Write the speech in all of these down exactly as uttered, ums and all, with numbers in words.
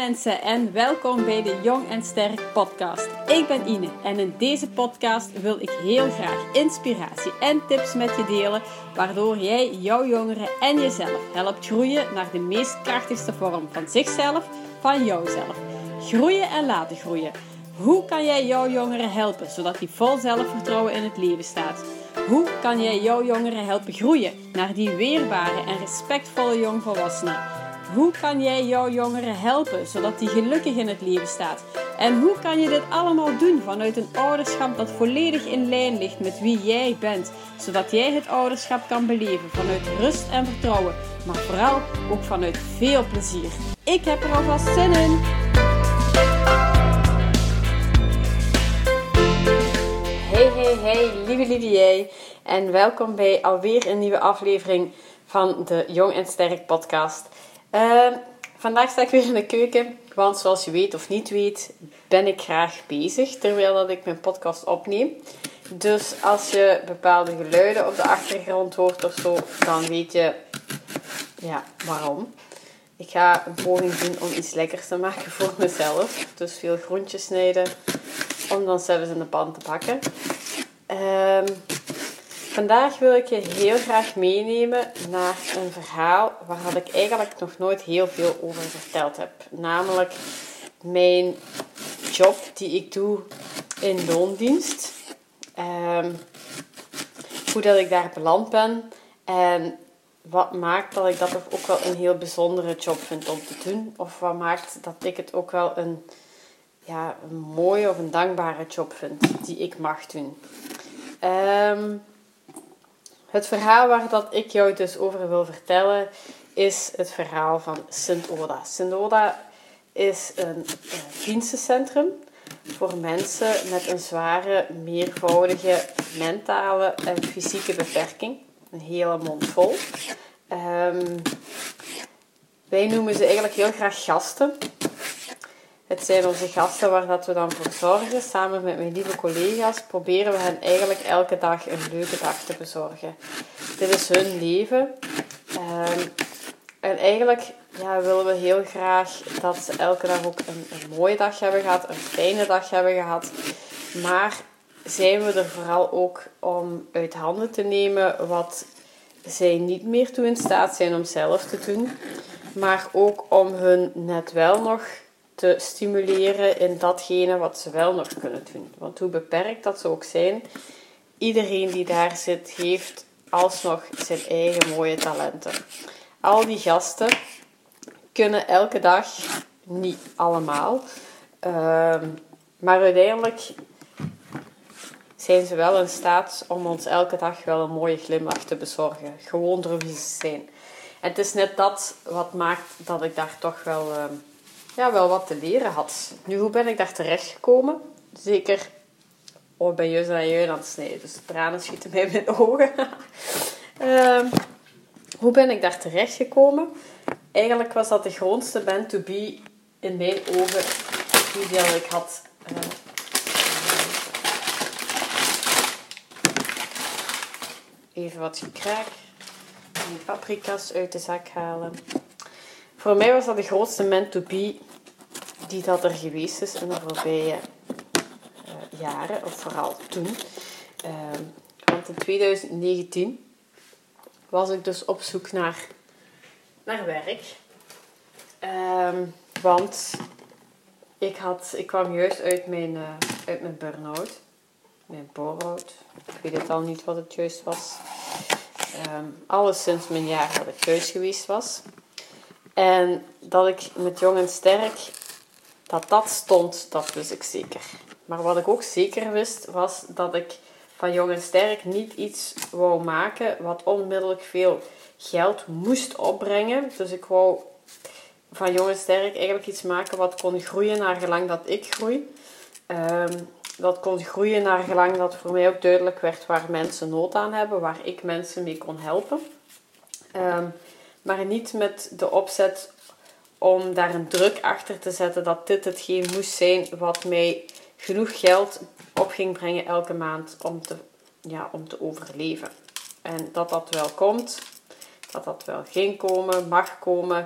mensen en welkom bij de Jong en Sterk podcast. Ik ben Ine en in deze podcast wil ik heel graag inspiratie en tips met je delen, waardoor jij jouw jongeren en jezelf helpt groeien naar de meest krachtigste vorm van zichzelf, van jouzelf. Groeien en laten groeien. Hoe kan jij jouw jongeren helpen, zodat die vol zelfvertrouwen in het leven staat? Hoe kan jij jouw jongeren helpen groeien naar die weerbare en respectvolle jongvolwassenen? Hoe kan jij jouw jongeren helpen, zodat die gelukkig in het leven staat? En hoe kan je dit allemaal doen vanuit een ouderschap dat volledig in lijn ligt met wie jij bent, zodat jij het ouderschap kan beleven vanuit rust en vertrouwen, maar vooral ook vanuit veel plezier. Ik heb er alvast zin in! Hey, hey, hey, lieve, lieve jij. En welkom bij alweer een nieuwe aflevering van de Jong en Sterk podcast. Uh, vandaag sta ik weer in de keuken, want zoals je weet of niet weet, ben ik graag bezig terwijl dat ik mijn podcast opneem. Dus als je bepaalde geluiden op de achtergrond hoort of zo, dan weet je ja, waarom. Ik ga een poging doen om iets lekkers te maken voor mezelf. Dus veel groentjes snijden om dan zelfs in de pan te bakken. Um, vandaag wil ik je heel graag meenemen naar een verhaal waar ik eigenlijk nog nooit heel veel over verteld heb. Namelijk mijn job die ik doe in loondienst. Um, hoe dat ik daar beland ben en wat maakt dat ik dat ook wel een heel bijzondere job vind om te doen. Of wat maakt dat ik het ook wel een, ja, een mooie of een dankbare job vind die ik mag doen. Um, het verhaal waar dat ik jou dus over wil vertellen is het verhaal van Sint Oda. Sint Oda is een, een dienstencentrum voor mensen met een zware, meervoudige mentale en fysieke beperking. Een hele mond vol. Um, wij noemen ze eigenlijk heel graag gasten. Het zijn onze gasten waar dat we dan voor zorgen. Samen met mijn lieve collega's proberen we hen eigenlijk elke dag een leuke dag te bezorgen. Dit is hun leven. Um, en eigenlijk ja, willen we heel graag dat ze elke dag ook een, een mooie dag hebben gehad. Een fijne dag hebben gehad. Maar zijn we er vooral ook om uit handen te nemen wat zij niet meer toe in staat zijn om zelf te doen. Maar ook om hun net wel nog te stimuleren in datgene wat ze wel nog kunnen doen. Want hoe beperkt dat ze ook zijn, iedereen die daar zit heeft alsnog zijn eigen mooie talenten. Al die gasten kunnen elke dag, niet allemaal, uh, maar uiteindelijk zijn ze wel in staat om ons elke dag wel een mooie glimlach te bezorgen. Gewoon door wie ze zijn. En het is net dat wat maakt dat ik daar toch wel, uh, ja, wel wat te leren had. Nu, hoe ben ik daar terecht gekomen? Zeker, oh, ik ben juist aan je aan het snijden, dus de tranen schieten mij in mijn ogen. uh, hoe ben ik daar terecht gekomen? Eigenlijk was dat de grootste band to be in mijn ogen die dat ik had. Uh, Even wat gekraak. Die paprika's uit de zak halen. Voor mij was dat de grootste man to be die dat er geweest is in de voorbije uh, jaren. Of vooral toen. Uh, want in twintig negentien was ik dus op zoek naar, naar werk. Uh, want ik, had, ik kwam juist uit mijn, uh, uit mijn burn-out. Mijn bore-out. Ik weet het al niet wat het juist was. Um, alles sinds mijn jaar dat ik thuis geweest was. En dat ik met Jong en Sterk, dat dat stond, dat wist ik zeker. Maar wat ik ook zeker wist, was dat ik van Jong en Sterk niet iets wou maken wat onmiddellijk veel geld moest opbrengen. Dus ik wou van Jong en Sterk eigenlijk iets maken wat kon groeien naar gelang dat ik groei. Um, Dat kon groeien naar gelang dat voor mij ook duidelijk werd waar mensen nood aan hebben, waar ik mensen mee kon helpen. Um, maar niet met de opzet om daar een druk achter te zetten dat dit hetgeen moest zijn wat mij genoeg geld op ging brengen elke maand om te, ja, om te overleven. En dat dat wel komt, dat dat wel ging komen, mag komen,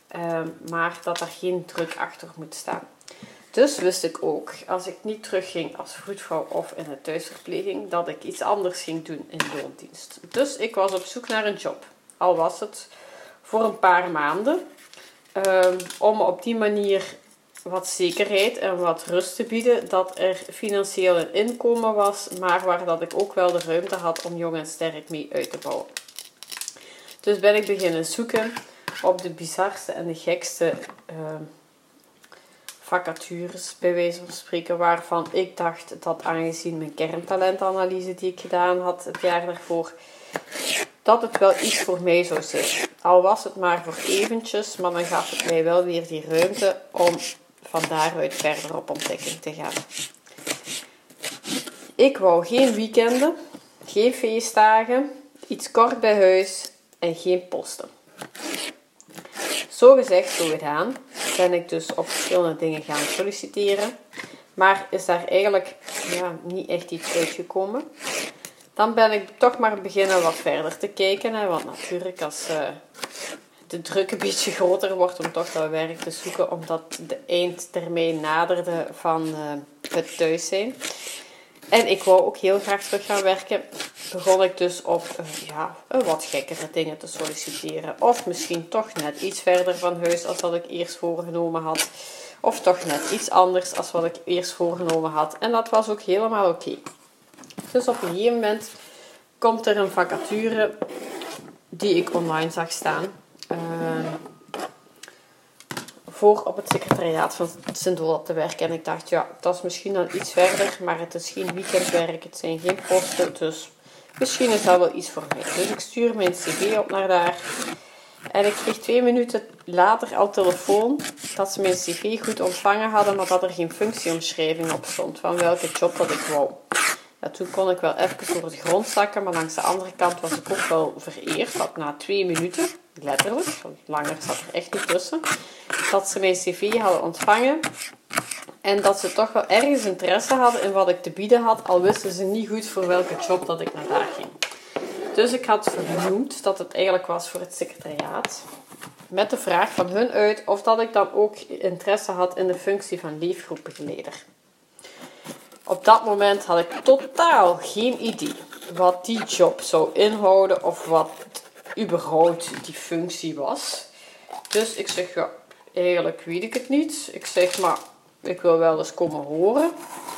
Um, maar dat er geen druk achter moet staan. Dus wist ik ook, als ik niet terugging als vroedvrouw of in de thuisverpleging, dat ik iets anders ging doen in loondienst. Dus ik was op zoek naar een job. Al was het voor een paar maanden. Um, om op die manier wat zekerheid en wat rust te bieden. Dat er financieel een inkomen was, maar waar dat ik ook wel de ruimte had om jong en sterk mee uit te bouwen. Dus ben ik beginnen zoeken op de bizarste en de gekste uh, vacatures, bij wijze van spreken, waarvan ik dacht dat aangezien mijn kerntalentanalyse die ik gedaan had het jaar daarvoor, dat het wel iets voor mij zou zijn. Al was het maar voor eventjes, maar dan gaf het mij wel weer die ruimte om van daaruit verder op ontdekking te gaan. Ik wou geen weekenden, geen feestdagen, iets kort bij huis en geen posten. Zo gezegd, zo gedaan, ben ik dus op verschillende dingen gaan solliciteren. Maar is daar eigenlijk ja, niet echt iets uitgekomen. Dan ben ik toch maar beginnen wat verder te kijken. Hè, want natuurlijk, als uh, de druk een beetje groter wordt om toch dat werk te zoeken, omdat de eindtermijn naderde van uh, het thuis zijn. En ik wou ook heel graag terug gaan werken. Begon ik dus op uh, ja, wat gekkere dingen te solliciteren. Of misschien toch net iets verder van huis als wat ik eerst voorgenomen had. Of toch net iets anders als wat ik eerst voorgenomen had. En dat was ook helemaal oké. Okay. Dus op een gegeven moment komt er een vacature die ik online zag staan. Uh, voor op het secretariaat van Sint-Ola te werken. En ik dacht, ja, dat is misschien dan iets verder, maar het is geen weekendwerk, het zijn geen posten, dus misschien is dat wel iets voor mij. Dus ik stuur mijn cv op naar daar. En ik kreeg twee minuten later al telefoon dat ze mijn cv goed ontvangen hadden, maar dat er geen functieomschrijving op stond van welke job dat ik wou. Ja, toen kon ik wel even door de grond zakken, maar langs de andere kant was ik ook wel vereerd dat na twee minuten, letterlijk, langer zat er echt niet tussen, dat ze mijn cv hadden ontvangen en dat ze toch wel ergens interesse hadden in wat ik te bieden had, al wisten ze niet goed voor welke job dat ik naar daar ging. Dus ik had vernoemd dat het eigenlijk was voor het secretariaat, met de vraag van hun uit of dat ik dan ook interesse had in de functie van leefgroepenbegeleider. Op dat moment had ik totaal geen idee wat die job zou inhouden of wat überhaupt die functie was. Dus ik zeg, ja, eigenlijk weet ik het niet. Ik zeg, maar ik wil wel eens komen horen.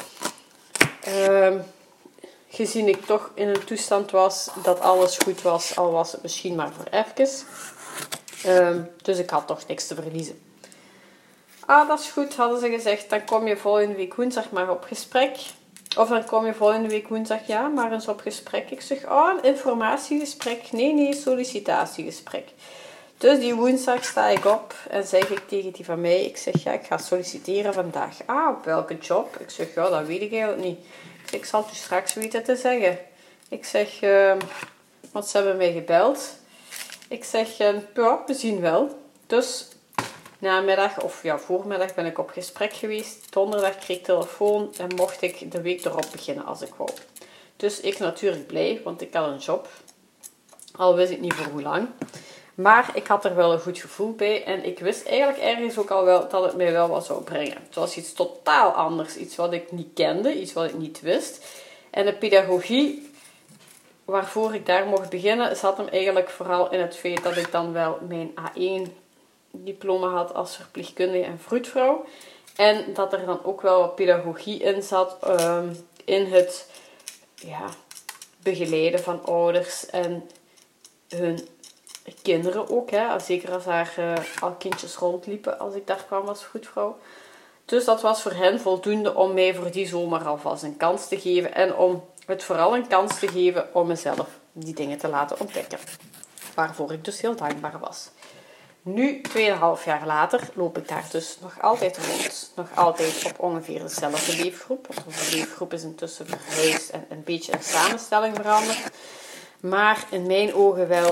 Uh, gezien ik toch in een toestand was dat alles goed was, al was het misschien maar voor even. Uh, dus ik had toch niks te verliezen. Ah, dat is goed, hadden ze gezegd. Dan kom je volgende week woensdag maar op gesprek. Of dan kom je volgende week woensdag, ja, maar eens op gesprek. Ik zeg, oh, een informatiegesprek. Nee, nee, sollicitatiegesprek. Dus die woensdag sta ik op en zeg ik tegen die van mij, ik zeg, ja, ik ga solliciteren vandaag. Ah, op welke job? Ik zeg, ja, dat weet ik eigenlijk niet. Ik zeg, ik zal het u straks weten te zeggen. Ik zeg, uh, want ze hebben mij gebeld. Ik zeg, uh, ja, we zien wel. Dus namiddag of ja, voormiddag ben ik op gesprek geweest. Donderdag kreeg ik telefoon en mocht ik de week erop beginnen als ik wou. Dus ik natuurlijk blij, want ik had een job. Al wist ik niet voor hoe lang. Maar ik had er wel een goed gevoel bij. En ik wist eigenlijk ergens ook al wel dat het mij wel wat zou brengen. Het was iets totaal anders. Iets wat ik niet kende. Iets wat ik niet wist. En de pedagogie waarvoor ik daar mocht beginnen zat hem eigenlijk vooral in het feit dat ik dan wel mijn A één diploma had als verpleegkundige en vroedvrouw. En dat er dan ook wel wat pedagogie in zat. Um, in het ja, begeleiden van ouders en hun kinderen ook. Hè. Zeker als daar uh, al kindjes rondliepen als ik daar kwam als vroedvrouw. Dus dat was voor hen voldoende om mij voor die zomer alvast een kans te geven. En om het vooral een kans te geven om mezelf die dingen te laten ontdekken. Waarvoor ik dus heel dankbaar was. Nu, tweeënhalf jaar later, loop ik daar dus nog altijd rond. Nog altijd op ongeveer dezelfde leefgroep. Want onze leefgroep is intussen verhuisd en een beetje in samenstelling veranderd. Maar in mijn ogen wel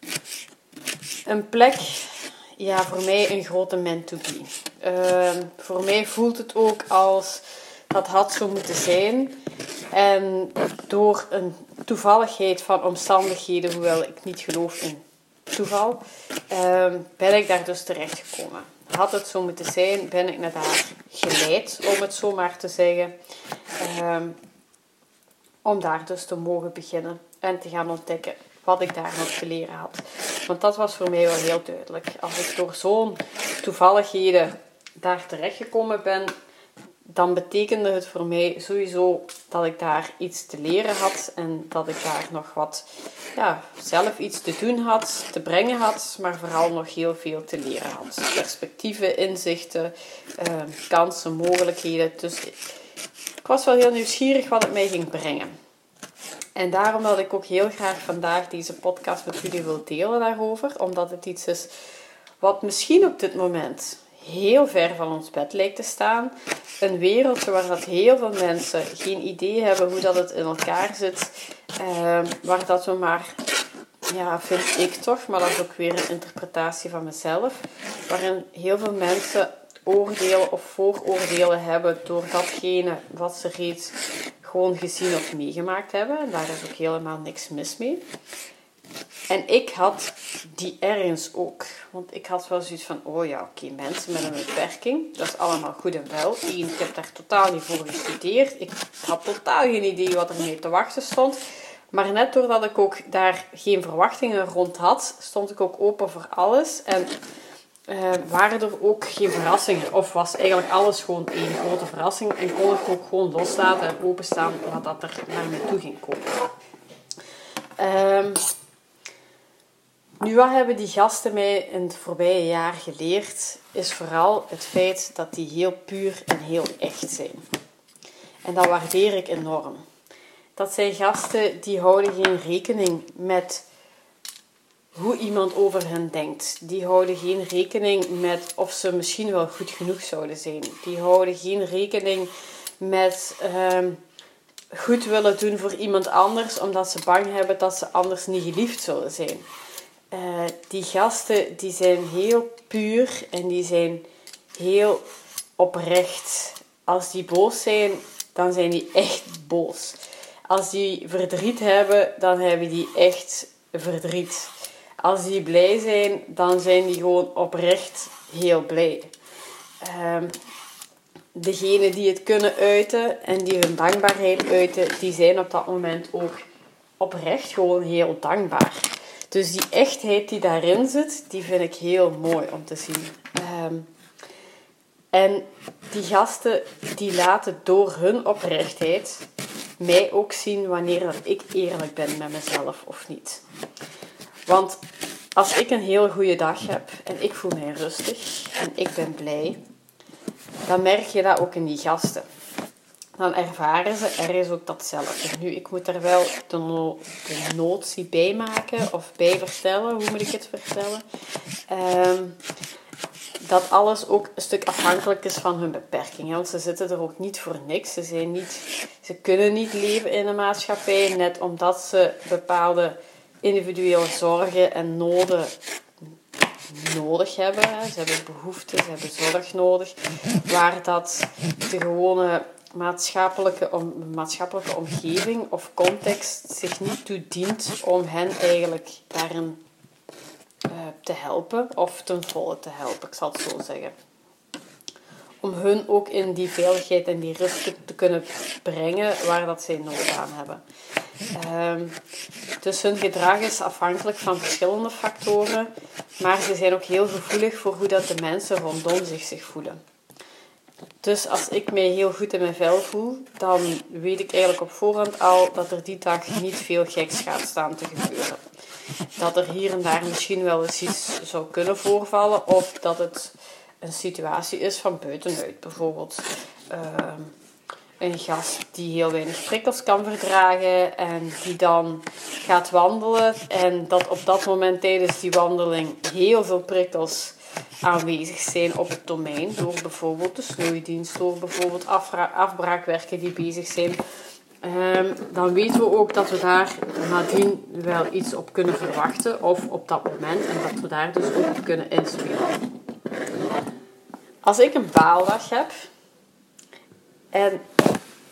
een plek, ja, voor mij een grote meant to be. Uh, voor mij voelt het ook als dat had zo moeten zijn. En door een toevalligheid van omstandigheden, hoewel ik niet geloof in toeval, um, ben ik daar dus terechtgekomen. Had het zo moeten zijn, ben ik naar daar geleid, om het zo maar te zeggen. Um, om daar dus te mogen beginnen en te gaan ontdekken wat ik daar nog te leren had. Want dat was voor mij wel heel duidelijk. Als ik door zo'n toevalligheden daar terechtgekomen ben, dan betekende het voor mij sowieso dat ik daar iets te leren had en dat ik daar nog wat, ja, zelf iets te doen had, te brengen had, maar vooral nog heel veel te leren had. Perspectieven, inzichten, eh, kansen, mogelijkheden. Dus ik was wel heel nieuwsgierig wat het mij ging brengen. En daarom dat ik ook heel graag vandaag deze podcast met jullie wil delen daarover, omdat het iets is wat misschien op dit moment heel ver van ons bed lijkt te staan. Een wereldje waar dat heel veel mensen geen idee hebben hoe dat het in elkaar zit. Uh, waar dat we maar, ja, vind ik toch, maar dat is ook weer een interpretatie van mezelf. Waarin heel veel mensen oordelen of vooroordelen hebben door datgene wat ze reeds gewoon gezien of meegemaakt hebben. En daar is ook helemaal niks mis mee. En ik had die ergens ook. Want ik had wel zoiets van, oh ja, oké, okay, mensen met een beperking, dat is allemaal goed en wel. Eén, ik heb daar totaal niet voor gestudeerd. Ik had totaal geen idee wat er mee te wachten stond. Maar net doordat ik ook daar geen verwachtingen rond had, stond ik ook open voor alles. En uh, waren er ook geen verrassingen. Of was eigenlijk alles gewoon één grote verrassing. En kon ik ook gewoon loslaten en openstaan wat dat er naar me toe ging komen. Um, Nu, wat hebben die gasten mij in het voorbije jaar geleerd, is vooral het feit dat die heel puur en heel echt zijn. En dat waardeer ik enorm. Dat zijn gasten die houden geen rekening met hoe iemand over hen denkt. Die houden geen rekening met of ze misschien wel goed genoeg zouden zijn. Die houden geen rekening met um, goed willen doen voor iemand anders, omdat ze bang hebben dat ze anders niet geliefd zullen zijn. Uh, die gasten die zijn heel puur en die zijn heel oprecht. Als die boos zijn, dan zijn die echt boos. Als die verdriet hebben, dan hebben die echt verdriet. Als die blij zijn, dan zijn die gewoon oprecht heel blij. Uh, degenen die het kunnen uiten en die hun dankbaarheid uiten, die zijn op dat moment ook oprecht gewoon heel dankbaar. Dus die echtheid die daarin zit, die vind ik heel mooi om te zien. Um, en die gasten, die laten door hun oprechtheid mij ook zien wanneer dat ik eerlijk ben met mezelf of niet. Want als ik een heel goede dag heb en ik voel mij rustig en ik ben blij, dan merk je dat ook in die gasten. Dan ervaren ze ergens ook datzelfde. Nu, ik moet er wel de, no- de notie bij maken of bij vertellen. Hoe moet ik het vertellen? Um, dat alles ook een stuk afhankelijk is van hun beperking. Hè? Want ze zitten er ook niet voor niks. Ze, zijn niet, ze kunnen niet leven in een maatschappij, net omdat ze bepaalde individuele zorgen en noden nodig hebben. Hè? Ze hebben behoeften, ze hebben zorg nodig. Waar dat de gewone maatschappelijke, om, maatschappelijke omgeving of context zich niet toe dient om hen eigenlijk daarin uh, te helpen of ten volle te helpen, ik zal het zo zeggen. Om hun ook in die veiligheid en die rust te, te kunnen brengen waar dat zij nood aan hebben. Um, dus hun gedrag is afhankelijk van verschillende factoren, maar ze zijn ook heel gevoelig voor hoe dat de mensen rondom zich zich voelen. Dus als ik mij heel goed in mijn vel voel, dan weet ik eigenlijk op voorhand al dat er die dag niet veel geks gaat staan te gebeuren. Dat er hier en daar misschien wel eens iets zou kunnen voorvallen, of dat het een situatie is van buitenuit. Bijvoorbeeld uh, een gast die heel weinig prikkels kan verdragen en die dan gaat wandelen en dat op dat moment tijdens die wandeling heel veel prikkels aanwezig zijn op het domein, door bijvoorbeeld de snoeidienst, door bijvoorbeeld afra- afbraakwerken die bezig zijn. Um, dan weten we ook dat we daar nadien wel iets op kunnen verwachten, of op dat moment, en dat we daar dus ook op kunnen inspelen. Als ik een baaldag heb en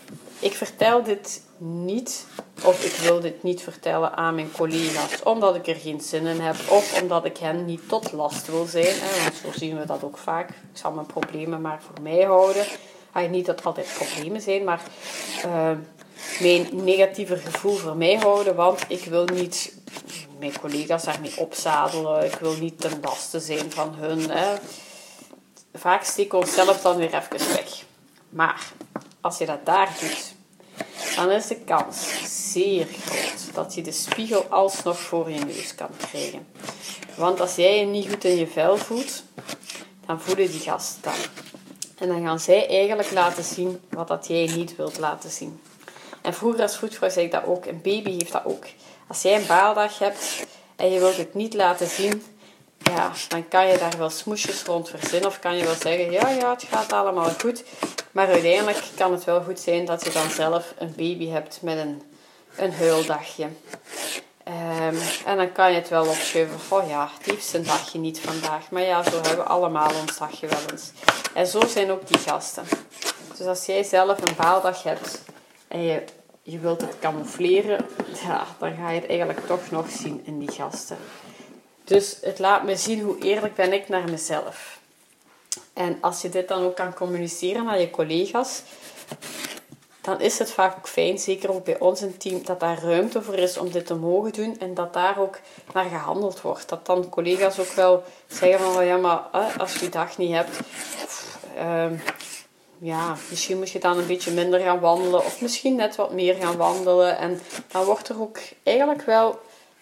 ik vertel dit niet, of ik wil dit niet vertellen aan mijn collega's, omdat ik er geen zin in heb, of omdat ik hen niet tot last wil zijn. Hè, want zo zien we dat ook vaak. Ik zal mijn problemen maar voor mij houden. Ah, niet dat het altijd problemen zijn, maar uh, mijn negatieve gevoel voor mij houden, want ik wil niet mijn collega's daarmee opzadelen. Ik wil niet ten laste zijn van hun. Hè. Vaak steken we onszelf dan weer even weg. Maar als je dat daar doet, dan is de kans zeer groot dat je de spiegel alsnog voor je neus kan krijgen. Want als jij je niet goed in je vel voelt, dan voelen die gasten dat. En dan gaan zij eigenlijk laten zien wat dat jij niet wilt laten zien. En vroeger als vroedvrouw zei ik dat ook. Een baby heeft dat ook. Als jij een baaldag hebt en je wilt het niet laten zien, ja, dan kan je daar wel smoesjes rond verzinnen. Of kan je wel zeggen, ja, ja, het gaat allemaal goed. Maar uiteindelijk kan het wel goed zijn dat je dan zelf een baby hebt met een, een huildagje. Um, en dan kan je het wel opschuiven. Oh ja, het heeft zijn dagje niet vandaag. Maar ja, zo hebben we allemaal ons dagje wel eens. En zo zijn ook die gasten. Dus als jij zelf een baaldag hebt en je, je wilt het camoufleren, ja, dan ga je het eigenlijk toch nog zien in die gasten. Dus het laat me zien hoe eerlijk ben ik naar mezelf. En als je dit dan ook kan communiceren naar je collega's, dan is het vaak ook fijn, zeker ook bij ons in het team, dat daar ruimte voor is om dit te mogen doen en dat daar ook naar gehandeld wordt. Dat dan collega's ook wel zeggen van, ja, maar als je die dag niet hebt, uh, ja, misschien moet je dan een beetje minder gaan wandelen of misschien net wat meer gaan wandelen. En dan wordt er ook eigenlijk wel,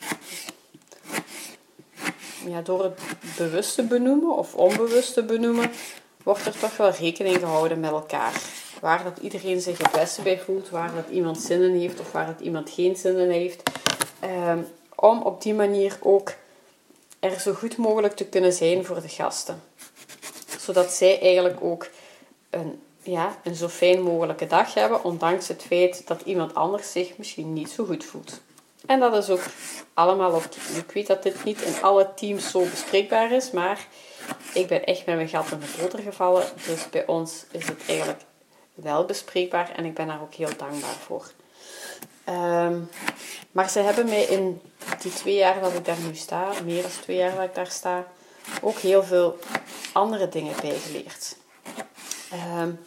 ja, door het bewust te benoemen of onbewust te benoemen, wordt er toch wel rekening gehouden met elkaar. Waar dat iedereen zich het beste bij voelt, waar dat iemand zin in heeft of waar dat iemand geen zin in heeft. Um, om op die manier ook er zo goed mogelijk te kunnen zijn voor de gasten. Zodat zij eigenlijk ook een, ja, een zo fijn mogelijke dag hebben, ondanks het feit dat iemand anders zich misschien niet zo goed voelt. En dat is ook allemaal oké. Ik weet dat dit niet in alle teams zo bespreekbaar is, maar ik ben echt met mijn gat in de boter gevallen. Dus bij ons is het eigenlijk wel bespreekbaar en ik ben daar ook heel dankbaar voor. Um, maar ze hebben mij in die twee jaar dat ik daar nu sta, meer dan twee jaar dat ik daar sta, ook heel veel andere dingen bijgeleerd. Um,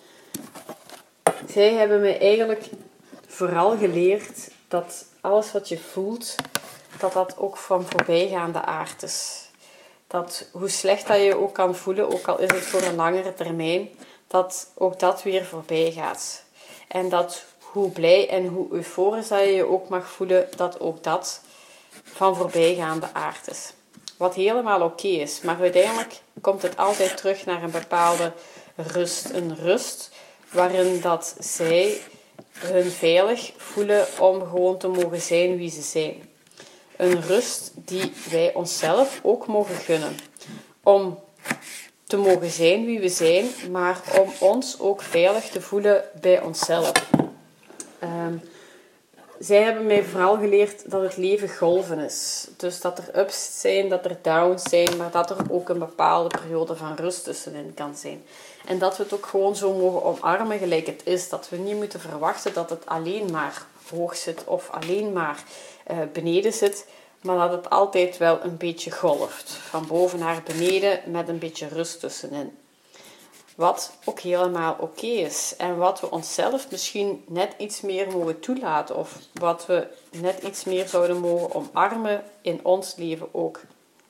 zij hebben mij eigenlijk vooral geleerd dat alles wat je voelt, dat dat ook van voorbijgaande aard is. Dat hoe slecht dat je ook kan voelen, ook al is het voor een langere termijn, dat ook dat weer voorbij gaat. En dat hoe blij en hoe euforisch dat je je ook mag voelen, dat ook dat van voorbijgaande aard is. Wat helemaal oké is. Maar uiteindelijk komt het altijd terug naar een bepaalde rust. Een rust waarin dat zij hun veilig voelen om gewoon te mogen zijn wie ze zijn. Een rust die wij onszelf ook mogen gunnen. Om te mogen zijn wie we zijn, maar om ons ook veilig te voelen bij onszelf. Um, zij hebben mij vooral geleerd dat het leven golven is. Dus dat er ups zijn, dat er downs zijn, maar dat er ook een bepaalde periode van rust tussenin kan zijn. En dat we het ook gewoon zo mogen omarmen gelijk het is. Dat we niet moeten verwachten dat het alleen maar hoog zit of alleen maar uh, beneden zit. Maar dat het altijd wel een beetje golft. Van boven naar beneden met een beetje rust tussenin. Wat ook helemaal oké is. En wat we onszelf misschien net iets meer mogen toelaten. Of wat we net iets meer zouden mogen omarmen in ons leven ook.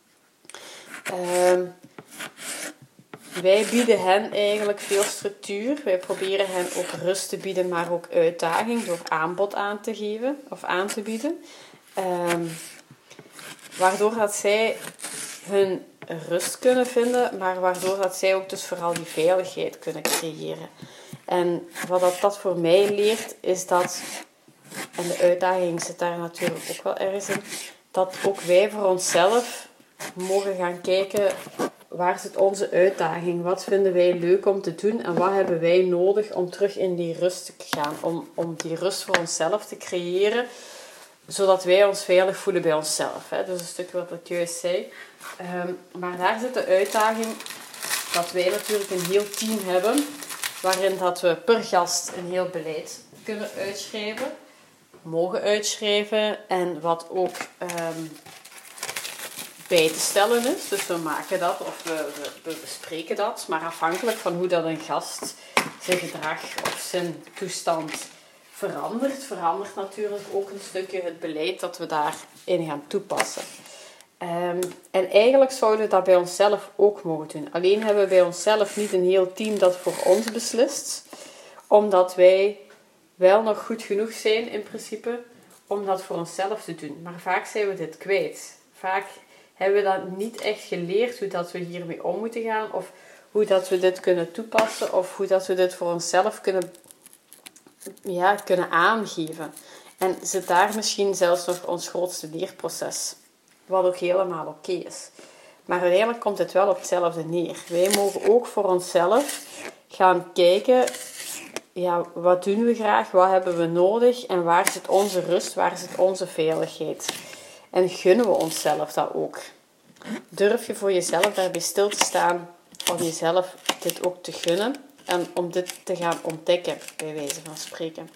Um, wij bieden hen eigenlijk veel structuur. Wij proberen hen ook rust te bieden, maar ook uitdaging door aanbod aan te geven of aan te bieden. Um, waardoor dat zij hun rust kunnen vinden, maar waardoor dat zij ook dus vooral die veiligheid kunnen creëren. En wat dat, dat voor mij leert, is dat, en de uitdaging zit daar natuurlijk ook wel ergens in, dat ook wij voor onszelf mogen gaan kijken, waar zit onze uitdaging? Wat vinden wij leuk om te doen? En wat hebben wij nodig om terug in die rust te gaan? Om, om die rust voor onszelf te creëren, zodat wij ons veilig voelen bij onszelf. Hè? Dus een stukje wat ik juist zei. Um, maar daar zit de uitdaging dat wij natuurlijk een heel team hebben, waarin dat we per gast een heel beleid kunnen uitschrijven, mogen uitschrijven en wat ook um, bij te stellen is. Dus we maken dat of we, we, we bespreken dat, maar afhankelijk van hoe dat een gast zijn gedrag of zijn toestand verandert, verandert natuurlijk ook een stukje het beleid dat we daarin gaan toepassen. Um, en eigenlijk zouden we dat bij onszelf ook mogen doen. Alleen hebben we bij onszelf niet een heel team dat voor ons beslist, omdat wij wel nog goed genoeg zijn in principe om dat voor onszelf te doen. Maar vaak zijn we dit kwijt. Vaak hebben we dat niet echt geleerd hoe dat we hiermee om moeten gaan, of hoe dat we dit kunnen toepassen, of hoe dat we dit voor onszelf kunnen, ja, kunnen aangeven. En zit daar misschien zelfs nog ons grootste leerproces. Wat ook helemaal oké is. Maar uiteindelijk komt het wel op hetzelfde neer. Wij mogen ook voor onszelf gaan kijken, ja, wat doen we graag, wat hebben we nodig en waar zit onze rust, waar zit onze veiligheid. En gunnen we onszelf dat ook. Durf je voor jezelf daarbij stil te staan om jezelf dit ook te gunnen en om dit te gaan ontdekken, bij wijze van spreken.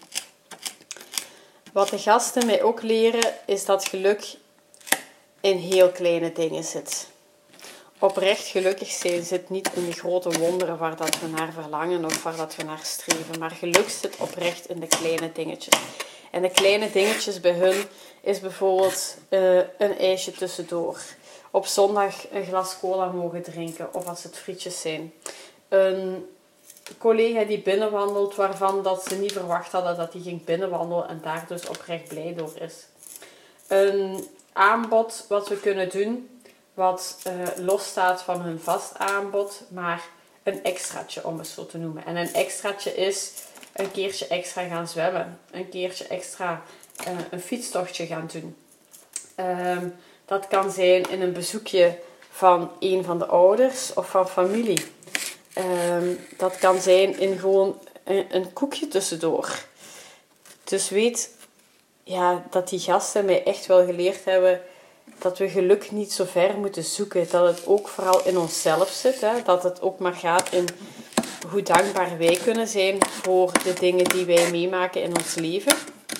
Wat de gasten mij ook leren, is dat geluk in heel kleine dingen zit. Oprecht gelukkig zijn zit niet in de grote wonderen waar dat we naar verlangen of waar dat we naar streven. Maar geluk zit oprecht in de kleine dingetjes. En de kleine dingetjes bij hun is bijvoorbeeld uh, een ijsje tussendoor. Op zondag een glas cola mogen drinken of als het frietjes zijn. Een collega die binnenwandelt waarvan dat ze niet verwacht hadden dat hij ging binnenwandelen en daar dus oprecht blij door is. Een aanbod wat we kunnen doen, wat uh, losstaat van hun vast aanbod, maar een extraatje om het zo te noemen. En een extraatje is een keertje extra gaan zwemmen, een keertje extra uh, een fietstochtje gaan doen. Um, dat kan zijn in een bezoekje van een van de ouders of van familie. Um, dat kan zijn in gewoon een, een koekje tussendoor. Dus weet ja, dat die gasten mij echt wel geleerd hebben dat we geluk niet zo ver moeten zoeken. Dat het ook vooral in onszelf zit. Hè? Dat het ook maar gaat in hoe dankbaar wij kunnen zijn voor de dingen die wij meemaken in ons leven.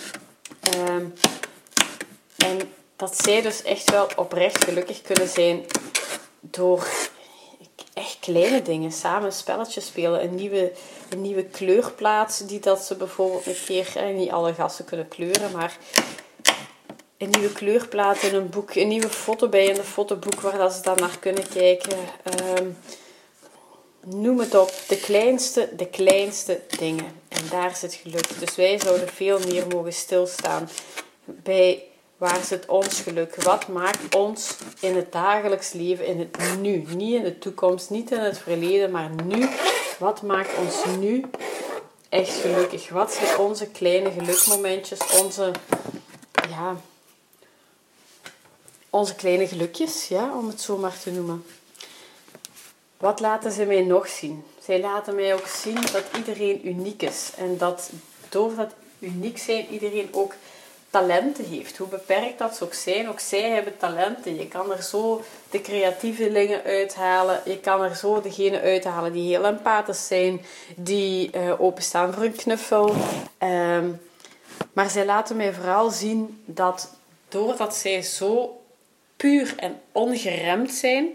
Um, en dat zij dus echt wel oprecht gelukkig kunnen zijn door echt kleine dingen. Samen een spelletje spelen. Een nieuwe, een nieuwe kleurplaat die dat ze bijvoorbeeld een keer... Eh, niet alle gasten kunnen kleuren, maar... Een nieuwe kleurplaat in een boek. Een nieuwe foto bij in een fotoboek waar dat ze dan naar kunnen kijken. Um, noem het op. De kleinste, de kleinste dingen. En daar zit geluk. Dus wij zouden veel meer mogen stilstaan bij waar zit ons geluk. Wat maakt ons in het dagelijks leven, in het nu. Niet in de toekomst, niet in het verleden, maar nu. Wat maakt ons nu echt gelukkig? Wat zijn onze kleine gelukmomentjes, onze... ja... Onze kleine gelukjes, ja, om het zo maar te noemen. Wat laten ze mij nog zien? Zij laten mij ook zien dat iedereen uniek is. En dat door dat uniek zijn iedereen ook talenten heeft. Hoe beperkt dat ze ook zijn. Ook zij hebben talenten. Je kan er zo de creatievelingen uithalen. Je kan er zo degene uithalen die heel empathisch zijn. Die uh, openstaan voor een knuffel. Um, maar zij laten mij vooral zien dat doordat zij zo puur en ongeremd zijn,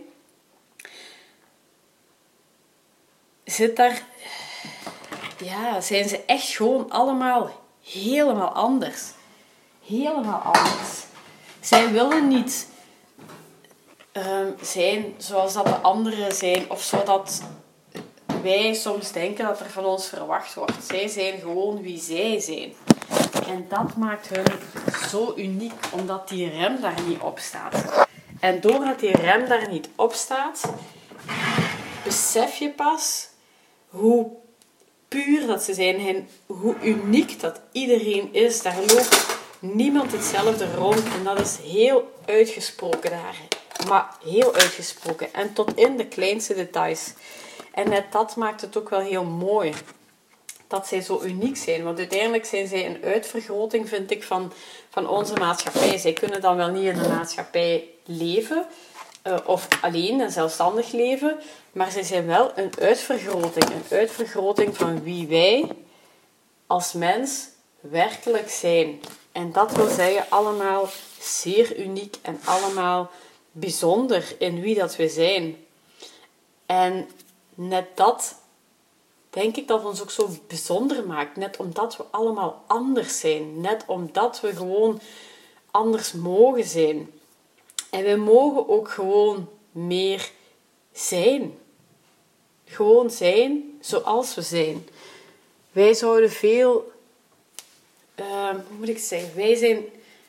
zit daar, ja, zijn ze echt gewoon allemaal helemaal anders. Helemaal anders. Zij willen niet um, zijn zoals dat de anderen zijn, of zodat wij soms denken dat er van ons verwacht wordt. Zij zijn gewoon wie zij zijn. En dat maakt hun zo uniek, omdat die rem daar niet op staat. En doordat die rem daar niet op staat, besef je pas hoe puur dat ze zijn en hoe uniek dat iedereen is. Daar loopt niemand hetzelfde rond en dat is heel uitgesproken daar. Maar heel uitgesproken en tot in de kleinste details. En net dat maakt het ook wel heel mooi. Dat zij zo uniek zijn. Want uiteindelijk zijn zij een uitvergroting, vind ik, van, van onze maatschappij. Zij kunnen dan wel niet in de maatschappij leven. Uh, of alleen en zelfstandig leven. Maar zij zijn wel een uitvergroting. Een uitvergroting van wie wij als mens werkelijk zijn. En dat wil zeggen allemaal zeer uniek en allemaal bijzonder in wie dat we zijn. En net dat denk ik dat ons ook zo bijzonder maakt. Net omdat we allemaal anders zijn. Net omdat we gewoon anders mogen zijn. En we mogen ook gewoon meer zijn. Gewoon zijn zoals we zijn. Wij zouden veel... Uh, hoe moet ik het zeggen? Wij zijn...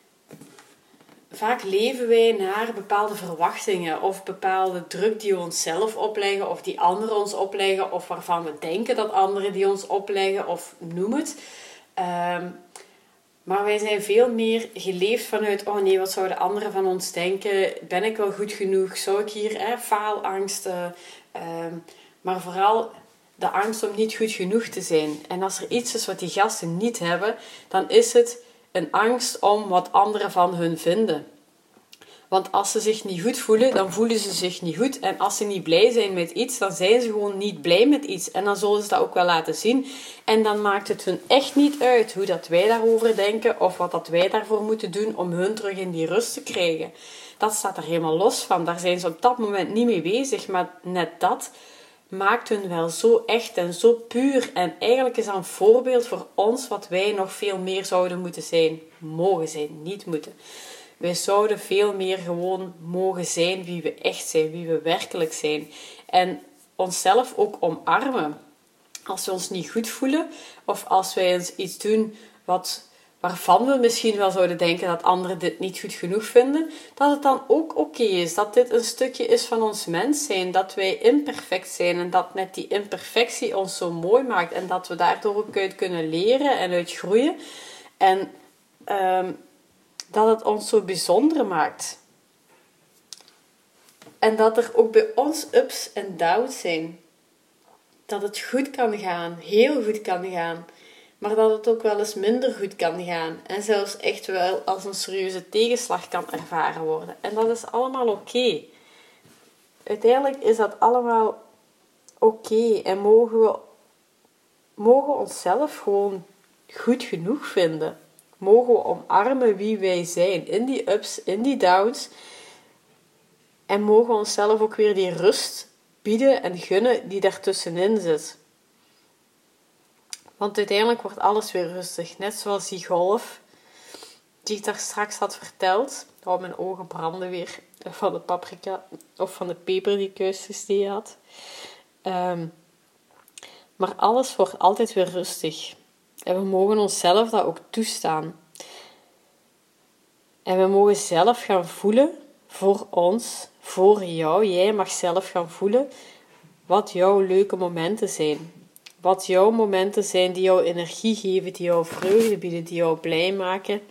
Vaak leven wij naar bepaalde verwachtingen of bepaalde druk die we onszelf opleggen of die anderen ons opleggen of waarvan we denken dat anderen die ons opleggen of noem het. Um, maar wij zijn veel meer geleefd vanuit, oh nee, wat zouden anderen van ons denken? Ben ik wel goed genoeg? Zou ik hier eh, faalangsten? Um, maar vooral de angst om niet goed genoeg te zijn. En als er iets is wat die gasten niet hebben, dan is het een angst om wat anderen van hun vinden. Want als ze zich niet goed voelen, dan voelen ze zich niet goed. En als ze niet blij zijn met iets, dan zijn ze gewoon niet blij met iets. En dan zullen ze dat ook wel laten zien. En dan maakt het hun echt niet uit hoe dat wij daarover denken of wat dat wij daarvoor moeten doen om hun terug in die rust te krijgen. Dat staat er helemaal los van. Daar zijn ze op dat moment niet mee bezig. Maar net dat maakt hun wel zo echt en zo puur. En eigenlijk is dat een voorbeeld voor ons wat wij nog veel meer zouden moeten zijn. Mogen zijn, niet moeten. Wij zouden veel meer gewoon mogen zijn wie we echt zijn, wie we werkelijk zijn. En onszelf ook omarmen. Als we ons niet goed voelen of als wij eens iets doen wat, waarvan we misschien wel zouden denken dat anderen dit niet goed genoeg vinden, dat het dan ook oké is. Dat dit een stukje is van ons mens zijn, dat wij imperfect zijn en dat net die imperfectie ons zo mooi maakt en dat we daardoor ook uit kunnen leren en uit groeien. En um, dat het ons zo bijzonder maakt. En dat er ook bij ons ups en downs zijn. Dat het goed kan gaan, heel goed kan gaan. Maar dat het ook wel eens minder goed kan gaan. En zelfs echt wel als een serieuze tegenslag kan ervaren worden. En dat is allemaal oké. Okay. Uiteindelijk is dat allemaal oké. Okay. En mogen we mogen onszelf gewoon goed genoeg vinden. Mogen we omarmen wie wij zijn. In die ups, in die downs. En mogen we onszelf ook weer die rust bieden en gunnen die daartussenin zit. Want uiteindelijk wordt alles weer rustig. Net zoals die golf die ik daar straks had verteld. Oh, mijn ogen branden weer van de paprika of van de peper die ik juist gesneden had. Um, maar alles wordt altijd weer rustig. En we mogen onszelf dat ook toestaan. En we mogen zelf gaan voelen voor ons, voor jou. Jij mag zelf gaan voelen wat jouw leuke momenten zijn. Wat jouw momenten zijn die jou energie geven, die jou vreugde bieden, die jou blij maken.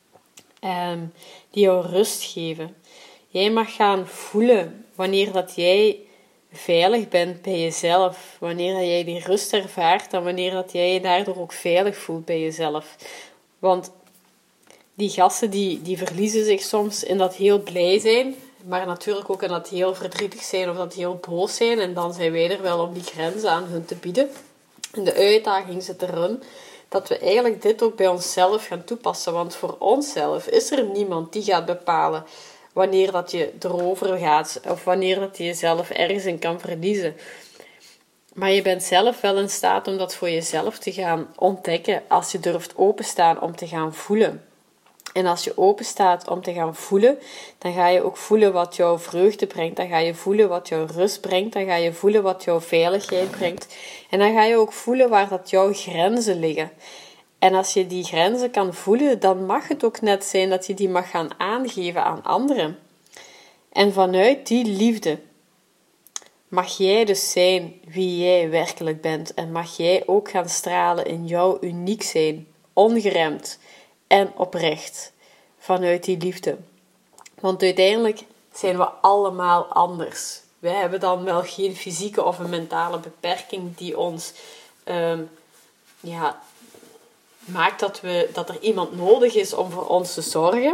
Um, die jou rust geven. Jij mag gaan voelen wanneer dat jij veilig bent bij jezelf. Wanneer dat jij die rust ervaart en wanneer dat jij je daardoor ook veilig voelt bij jezelf. Want die gasten die, die verliezen zich soms in dat heel blij zijn, maar natuurlijk ook in dat heel verdrietig zijn of dat heel boos zijn. En dan zijn wij er wel om die grenzen aan hun te bieden. En de uitdaging zit erin dat we eigenlijk dit ook bij onszelf gaan toepassen. Want voor onszelf is er niemand die gaat bepalen wanneer dat je erover gaat of wanneer dat je jezelf ergens in kan verliezen. Maar je bent zelf wel in staat om dat voor jezelf te gaan ontdekken als je durft openstaan om te gaan voelen. En als je open staat om te gaan voelen, dan ga je ook voelen wat jouw vreugde brengt. Dan ga je voelen wat jouw rust brengt. Dan ga je voelen wat jouw veiligheid brengt. En dan ga je ook voelen waar dat jouw grenzen liggen. En als je die grenzen kan voelen, dan mag het ook net zijn dat je die mag gaan aangeven aan anderen. En vanuit die liefde mag jij dus zijn wie jij werkelijk bent. En mag jij ook gaan stralen in jouw uniek zijn, ongeremd en oprecht, vanuit die liefde. Want uiteindelijk zijn we allemaal anders. Wij hebben dan wel geen fysieke of een mentale beperking die ons um, ja, maakt dat, we, dat er iemand nodig is om voor ons te zorgen.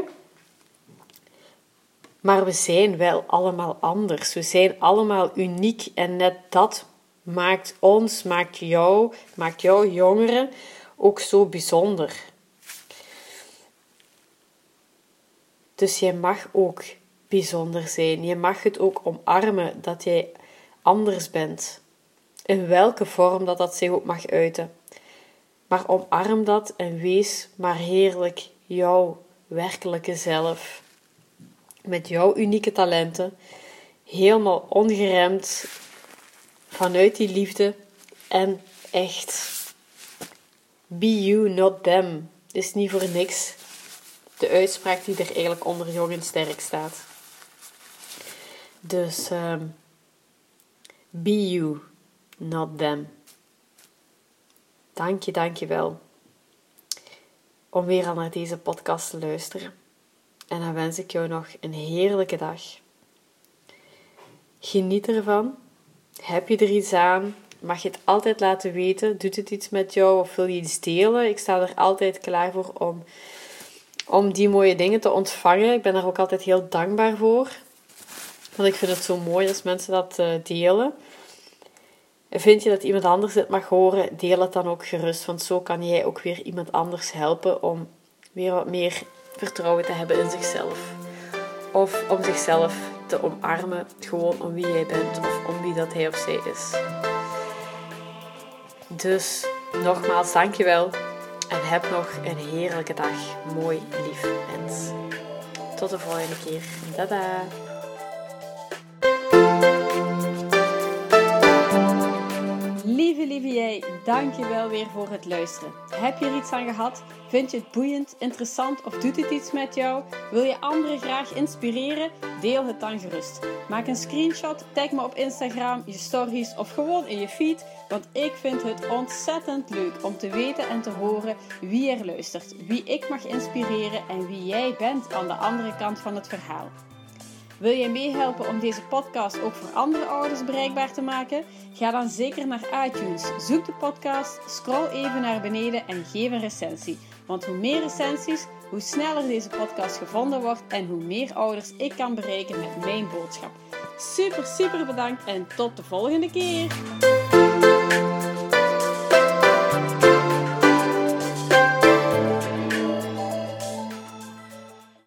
Maar we zijn wel allemaal anders. We zijn allemaal uniek. En net dat maakt ons, maakt jou, maakt jouw jongeren ook zo bijzonder. Dus jij mag ook bijzonder zijn. Je mag het ook omarmen dat jij anders bent. In welke vorm dat dat zich ook mag uiten. Maar omarm dat en wees maar heerlijk jouw werkelijke zelf. Met jouw unieke talenten. Helemaal ongeremd. Vanuit die liefde. En echt. Be you, not them. Is niet voor niks de uitspraak die er eigenlijk onder jong en sterk staat. Dus um, be you, not them. Dank je, dank je wel. Om weer al naar deze podcast te luisteren. En dan wens ik jou nog een heerlijke dag. Geniet ervan. Heb je er iets aan? Mag je het altijd laten weten. Doet het iets met jou of wil je iets delen? Ik sta er altijd klaar voor om, om die mooie dingen te ontvangen. Ik ben daar ook altijd heel dankbaar voor. Want ik vind het zo mooi als mensen dat uh, delen. En vind je dat iemand anders dit mag horen? Deel het dan ook gerust. Want zo kan jij ook weer iemand anders helpen om weer wat meer vertrouwen te hebben in zichzelf. Of om zichzelf te omarmen. Gewoon om wie jij bent of om wie dat hij of zij is. Dus nogmaals dankjewel en heb nog een heerlijke dag. Mooi, lief mens. Tot de volgende keer. Tada! Lieve, lieve jij, dankjewel weer voor het luisteren. Heb je er iets aan gehad? Vind je het boeiend, interessant of doet het iets met jou? Wil je anderen graag inspireren? Deel het dan gerust. Maak een screenshot, tag me op Instagram, je stories of gewoon in je feed. Want ik vind het ontzettend leuk om te weten en te horen wie er luistert. Wie ik mag inspireren en wie jij bent aan de andere kant van het verhaal. Wil jij meehelpen om deze podcast ook voor andere ouders bereikbaar te maken? Ga dan zeker naar iTunes, zoek de podcast, scroll even naar beneden en geef een recensie. Want hoe meer recensies, hoe sneller deze podcast gevonden wordt en hoe meer ouders ik kan bereiken met mijn boodschap. Super, super bedankt en tot de volgende keer!